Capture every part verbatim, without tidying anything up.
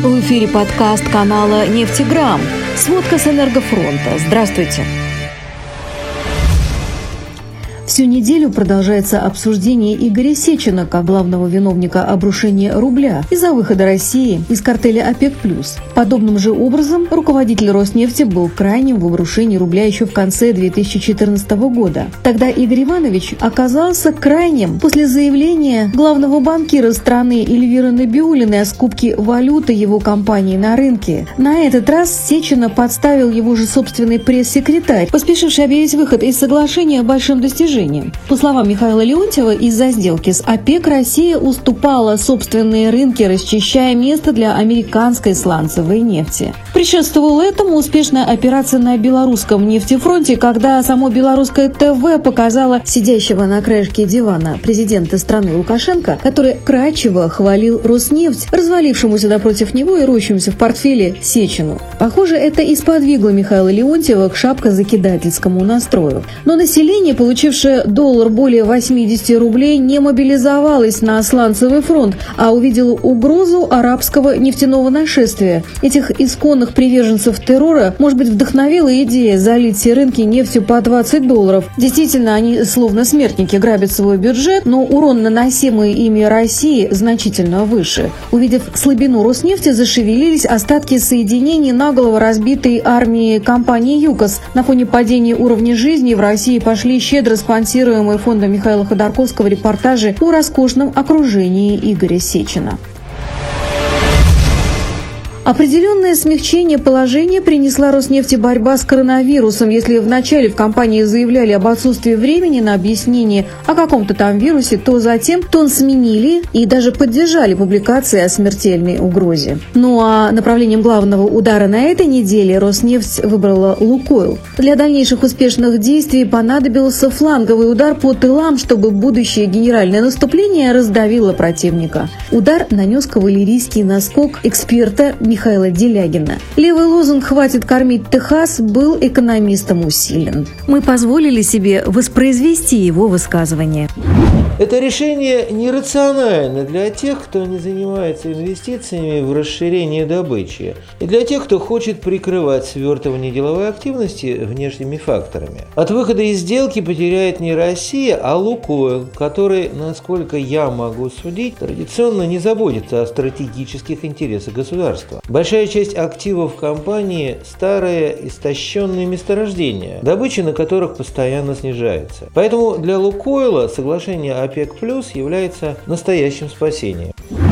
В эфире подкаст канала «Нефтеграм». Сводка с Энергофронта. Здравствуйте. Всю неделю продолжается обсуждение Игоря Сечина как главного виновника обрушения рубля из-за выхода России из картеля ОПЕК+. Подобным же образом руководитель Роснефти был крайним в обрушении рубля еще в конце две тысячи четырнадцатого года. Тогда Игорь Иванович оказался крайним после заявления главного банкира страны Эльвиры Набиуллиной о скупке валюты его компании на рынке. На этот раз Сечина подставил его же собственный пресс-секретарь, поспешивший объявить выход из соглашения большим достижением. По словам Михаила Леонтьева, из-за сделки с ОПЕК Россия уступала собственные рынки, расчищая место для американской сланцевой нефти. Предшествовала этому успешная операция на белорусском нефтефронте, когда само белорусское ТВ показало сидящего на краешке дивана президента страны Лукашенко, который кратчево хвалил Роснефть, развалившемуся напротив него и роющемуся в портфеле Сечину. Похоже, это и сподвигло Михаила Леонтьева к шапкозакидательскому настрою. Но население, получившее доллар более восемьдесят рублей, не мобилизовалось на сланцевый фронт, а увидело угрозу арабского нефтяного нашествия. Этих исконных приверженцев террора, может быть, вдохновила идея залить все рынки нефтью по двадцать долларов. Действительно, они, словно смертники, грабят свой бюджет, но урон, наносимый ими России, значительно выше. Увидев слабину Роснефти, зашевелились остатки соединений наголову разбитой армии компании ЮКОС. На фоне падения уровня жизни в России пошли щедро спонсируемые фондом Михаила Ходорковского репортажи о роскошном окружении Игоря Сечина. Определенное смягчение положения принесла Роснефти борьба с коронавирусом. Если вначале в компании заявляли об отсутствии времени на объяснение о каком-то там вирусе, то затем тон сменили и даже поддержали публикации о смертельной угрозе. Ну а направлением главного удара на этой неделе Роснефть выбрала «Лукойл». Для дальнейших успешных действий понадобился фланговый удар по тылам, чтобы будущее генеральное наступление раздавило противника. Удар нанес кавалерийский наскок эксперта Михаила Делягина. Левый лозунг «Хватит кормить Техас» был экономистом усилен. Мы позволили себе воспроизвести его высказывание. Это решение нерационально для тех, кто не занимается инвестициями в расширение добычи, и для тех, кто хочет прикрывать свертывание деловой активности внешними факторами. От выхода из сделки потеряет не Россия, а «Лукойл», который, насколько я могу судить, традиционно не заботится о стратегических интересах государства. Большая часть активов компании – старые истощенные месторождения, добыча на которых постоянно снижается. Поэтому для «Лукойла» соглашение ОПЕК+ является настоящим спасением.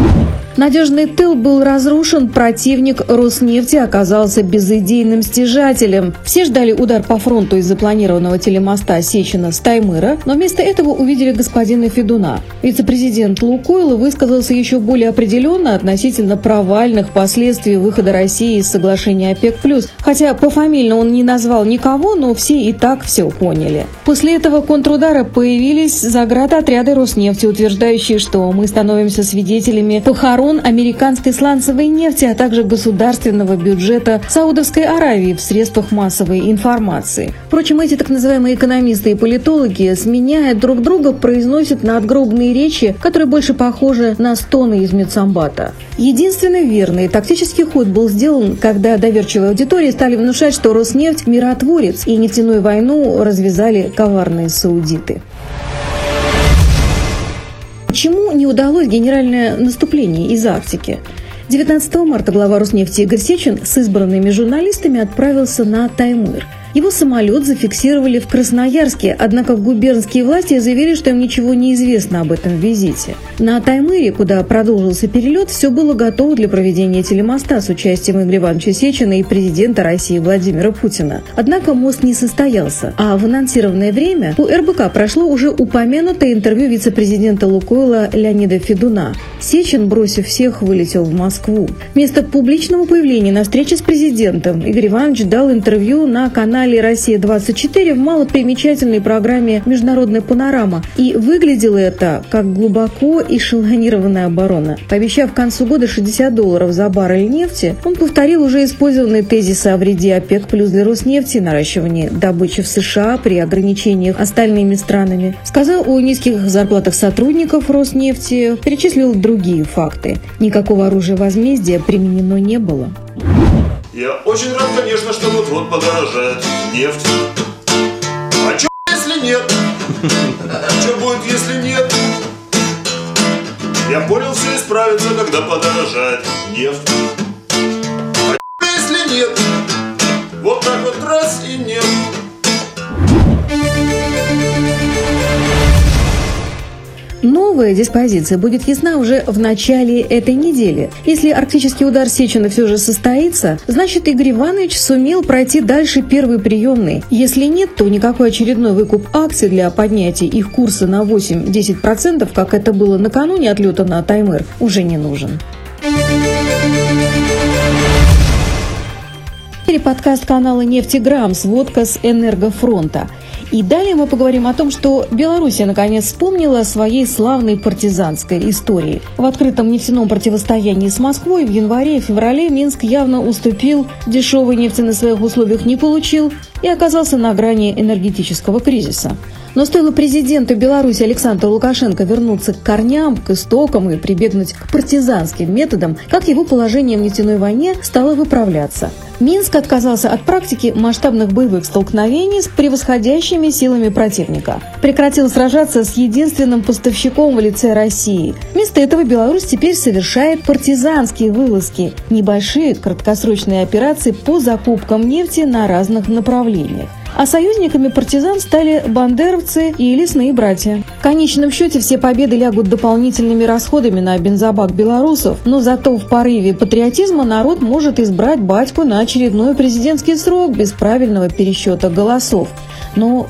Надежный тыл был разрушен, противник Роснефти оказался безыдейным стяжателем. Все ждали удар по фронту из запланированного телемоста Сечина с Таймыра, но вместо этого увидели господина Федуна. Вице-президент «Лукойла» высказался еще более определенно относительно провальных последствий выхода России из соглашения ОПЕК+. Хотя пофамильно он не назвал никого, но все и так все поняли. После этого контрудара появились заградотряды Роснефти, утверждающие, что мы становимся свидетелями похорон американской сланцевой нефти, а также государственного бюджета Саудовской Аравии в средствах массовой информации. Впрочем, эти так называемые экономисты и политологи, сменяя друг друга, произносят надгробные речи, которые больше похожи на стоны из медсамбата. Единственный верный тактический ход был сделан, когда доверчивой аудитории стали внушать, что Роснефть – миротворец, и нефтяную войну развязали коварные саудиты. Почему не удалось генеральное наступление из Арктики? девятнадцатого марта глава Роснефти Игорь Сечин с избранными журналистами отправился на Таймыр. Его самолет зафиксировали в Красноярске, однако губернские власти заявили, что им ничего не известно об этом визите. На Таймыре, куда продолжился перелет, все было готово для проведения телемоста с участием Игоря Ивановича Сечина и президента России Владимира Путина. Однако мост не состоялся, а в анонсированное время по эр бэ ка прошло уже упомянутое интервью вице-президента «Лукойла» Леонида Федуна. Сечин, бросив всех, вылетел в Москву. Вместо публичного появления на встрече с президентом Игорь Иванович дал интервью на канале «Россия двадцать четыре» в малопримечательной программе «Международная панорама». И выглядело это как глубоко эшелонированная оборона. Пообещав к концу года шестьдесят долларов за баррель нефти, он повторил уже использованные тезисы о вреде ОПЕК+ для Роснефти, наращивании добычи в США при ограничениях остальными странами. Сказал о низких зарплатах сотрудников Роснефти, перечислил другие другие факты. Никакого оружия возмездия применено не было. Я очень рад, конечно, что вот-вот подорожает нефть. А чё, если нет? Чё будет, если нет? Я понял, все исправится, когда подорожает нефть. А чё, если нет? Вот так вот раз и нет. Новая диспозиция будет ясна уже в начале этой недели. Если арктический удар Сечина все же состоится, значит, Игорь Иванович сумел пройти дальше первой приемной. Если нет, то никакой очередной выкуп акций для поднятия их курса на восемь-десять процентов, как это было накануне отлета на Таймыр, уже не нужен. Подкаст канала «Нефтеграмм. Сводка с Энергофронта». И далее мы поговорим о том, что Белоруссия наконец вспомнила о своей славной партизанской истории. В открытом нефтяном противостоянии с Москвой в январе и феврале Минск явно уступил, дешевой нефти на своих условиях не получил и оказался на грани энергетического кризиса. Но стоило президенту Беларуси Александру Лукашенко вернуться к корням, к истокам и прибегнуть к партизанским методам, как его положение в нефтяной войне стало выправляться. Минск отказался от практики масштабных боевых столкновений с превосходящими силами противника. Прекратил сражаться с единственным поставщиком в лице России. Вместо этого Беларусь теперь совершает партизанские вылазки, небольшие краткосрочные операции по закупкам нефти на разных направлениях. А союзниками партизан стали бандеровцы и лесные братья. В конечном счете все победы лягут дополнительными расходами на бензобак белорусов, но зато в порыве патриотизма народ может избрать батьку на очередной президентский срок без правильного пересчета голосов. Но...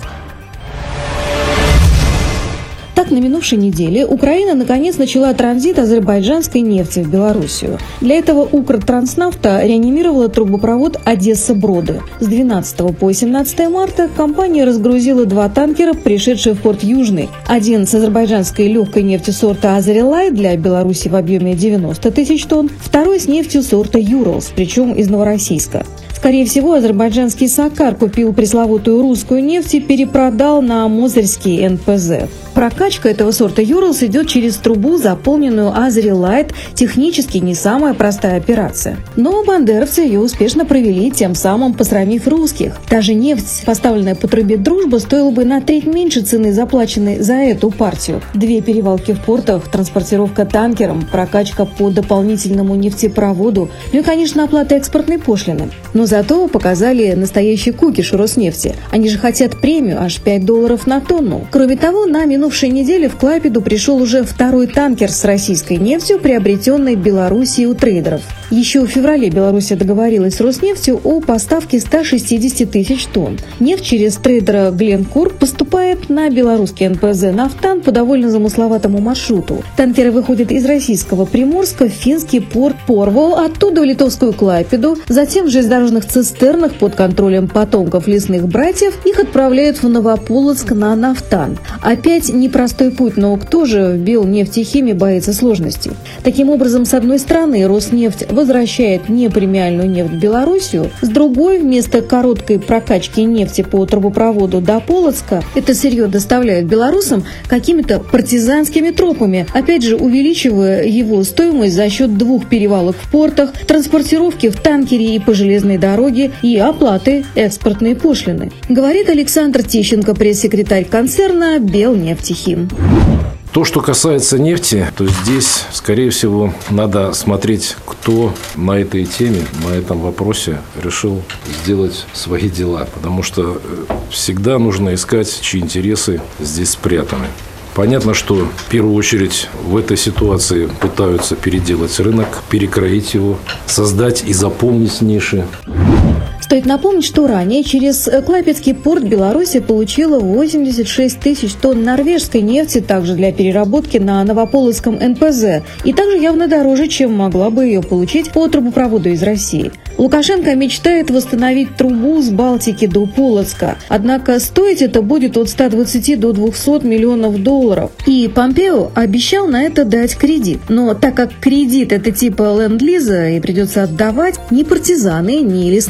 Так, на минувшей неделе Украина наконец начала транзит азербайджанской нефти в Белоруссию. Для этого Укртранснафта реанимировала трубопровод Одесса-Броды. С двенадцатого по семнадцатое марта компания разгрузила два танкера, пришедшие в порт Южный. Один с азербайджанской легкой нефтью сорта Азерилай для Беларуси в объеме девяносто тысяч тонн, второй с нефтью сорта Юралс, причем из Новороссийска. Скорее всего, азербайджанский Сакар купил пресловутую русскую нефть и перепродал на мозырский эн пэ зэ. Прокачка этого сорта Юралс идет через трубу, заполненную Азерилайт, технически не самая простая операция. Но бандеровцы ее успешно провели, тем самым посрамив русских. Даже нефть, поставленная по трубе «Дружба», стоила бы на треть меньше цены, заплаченной за эту партию. Две перевалки в портах, транспортировка танкером, прокачка по дополнительному нефтепроводу, ну и, конечно, оплата экспортной пошлины. Но зато показали настоящий кукиш Роснефти. Они же хотят премию аж пять долларов на тонну. Кроме того, на минувшей неделе в Клайпеду пришел уже второй танкер с российской нефтью, приобретенной Белоруссией у трейдеров. Еще в феврале Белоруссия договорилась с Роснефтью о поставке ста шестидесяти тысяч тонн. Нефть через трейдера Гленкор поступает на белорусский эн пэ зэ «Нафтан» по довольно замысловатому маршруту. Танкеры выходят из российского Приморска в финский порт Порвол, оттуда в литовскую Клайпеду, затем в железнодорожных цистернах под контролем потомков лесных братьев их отправляют в Новополоцк на «Нафтан». Опять непростой путь, но кто же в Белнефтехиме боится сложностей? Таким образом, с одной стороны, Роснефть возвращает непремиальную нефть в Белоруссию, с другой, вместо короткой прокачки нефти по трубопроводу до Полоцка, это сырье доставляют белорусам какими-то партизанскими тропами, опять же увеличивая его стоимость за счет двух перевалок в портах, транспортировки в танкере и по железной дороге и оплаты экспортной пошлины. Говорит Александр Тищенко, пресс-секретарь концерна «Белнефтехим». То, что касается нефти, то здесь, скорее всего, надо смотреть, кто на этой теме, на этом вопросе решил сделать свои дела. Потому что всегда нужно искать, чьи интересы здесь спрятаны. Понятно, что в первую очередь в этой ситуации пытаются переделать рынок, перекроить его, создать и заполнить ниши. Стоит напомнить, что ранее через Клайпедский порт Беларусь получила восемьдесят шесть тысяч тонн норвежской нефти, также для переработки на Новополоцком эн пэ зэ, и также явно дороже, чем могла бы ее получить по трубопроводу из России. Лукашенко мечтает восстановить трубу с Балтики до Полоцка, однако стоить это будет от ста двадцати до двухсот миллионов долларов. И Помпео обещал на это дать кредит. Но так как кредит – это типа ленд-лиза и придется отдавать, ни партизаны, ни лесные братья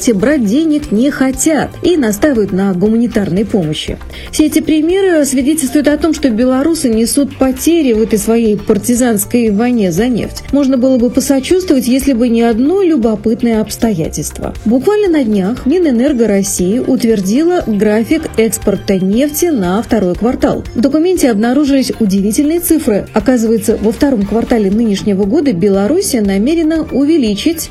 предприятия брать денег не хотят и настаивают на гуманитарной помощи. Все эти примеры свидетельствуют о том, что белорусы несут потери в этой своей партизанской войне за нефть. Можно было бы посочувствовать, если бы не одно любопытное обстоятельство. Буквально на днях Минэнерго России утвердила график экспорта нефти на второй квартал. В документе обнаружились удивительные цифры. Оказывается, во втором квартале нынешнего года Беларусь намерена увеличить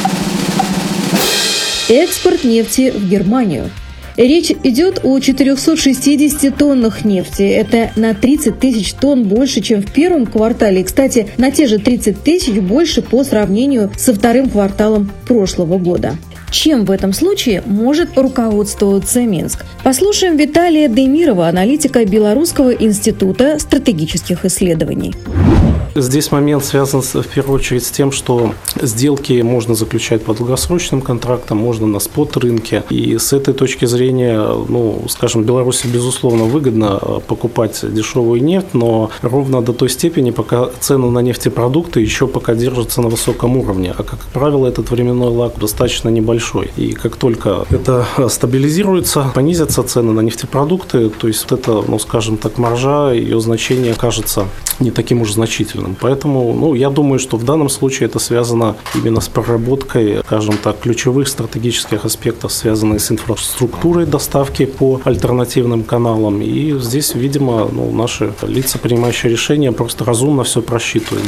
экспорт нефти в Германию. Речь идет о четырехстах шестидесяти тоннах нефти. Это на тридцать тысяч тонн больше, чем в первом квартале. И, кстати, на те же тридцать тысяч больше по сравнению со вторым кварталом прошлого года. Чем в этом случае может руководствоваться Минск? Послушаем Виталия Демирова, аналитика Белорусского института стратегических исследований. Здесь момент связан в первую очередь с тем, что сделки можно заключать по долгосрочным контрактам, можно на спот-рынке. И с этой точки зрения, ну, скажем, Беларуси, безусловно, выгодно покупать дешевую нефть, но ровно до той степени, пока цены на нефтепродукты еще пока держатся на высоком уровне. А, как правило, этот временной лаг достаточно небольшой. И как только это стабилизируется, понизятся цены на нефтепродукты, то есть вот это, ну, скажем так, маржа, ее значение кажется не таким уж значительным. Поэтому, ну, я думаю, что в данном случае это связано именно с проработкой, скажем так, ключевых стратегических аспектов, связанных с инфраструктурой доставки по альтернативным каналам. И здесь, видимо, ну, наши лица, принимающие решения, просто разумно все просчитывают.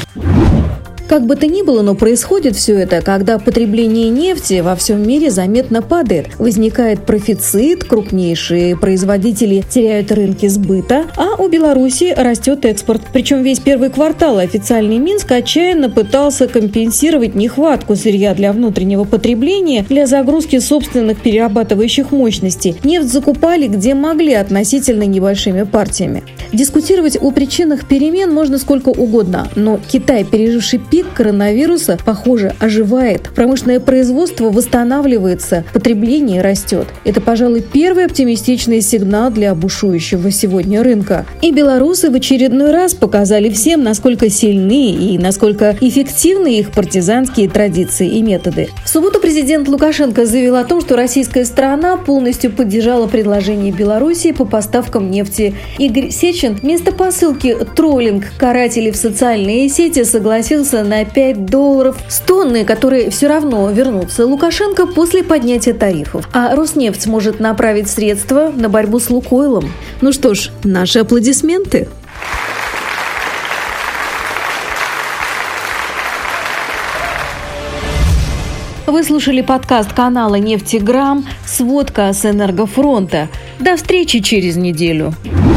Как бы то ни было, но происходит все это, когда потребление нефти во всем мире заметно падает. Возникает профицит, крупнейшие производители теряют рынки сбыта, а у Беларуси растет экспорт. Причем весь первый квартал официальный Минск отчаянно пытался компенсировать нехватку сырья для внутреннего потребления для загрузки собственных перерабатывающих мощностей. Нефть закупали где могли относительно небольшими партиями. Дискутировать о причинах перемен можно сколько угодно, но Китай, переживший пик коронавируса, похоже, оживает. Промышленное производство восстанавливается, потребление растет. Это, пожалуй, первый оптимистичный сигнал для бушующего сегодня рынка. И белорусы в очередной раз показали всем, насколько сильны и насколько эффективны их партизанские традиции и методы. В субботу президент Лукашенко заявил о том, что российская сторона полностью поддержала предложение Белоруссии по поставкам нефти. Игорь Сечин вместо посылки «Троллинг карателей в социальные сети» согласился на пять долларов с тонны, которые все равно вернутся Лукашенко после поднятия тарифов. А Роснефть может направить средства на борьбу с Лукойлом. Ну что ж, наши аплодисменты. Вы слушали подкаст канала «Нефтеграм», сводка с Энергофронта. До встречи через неделю.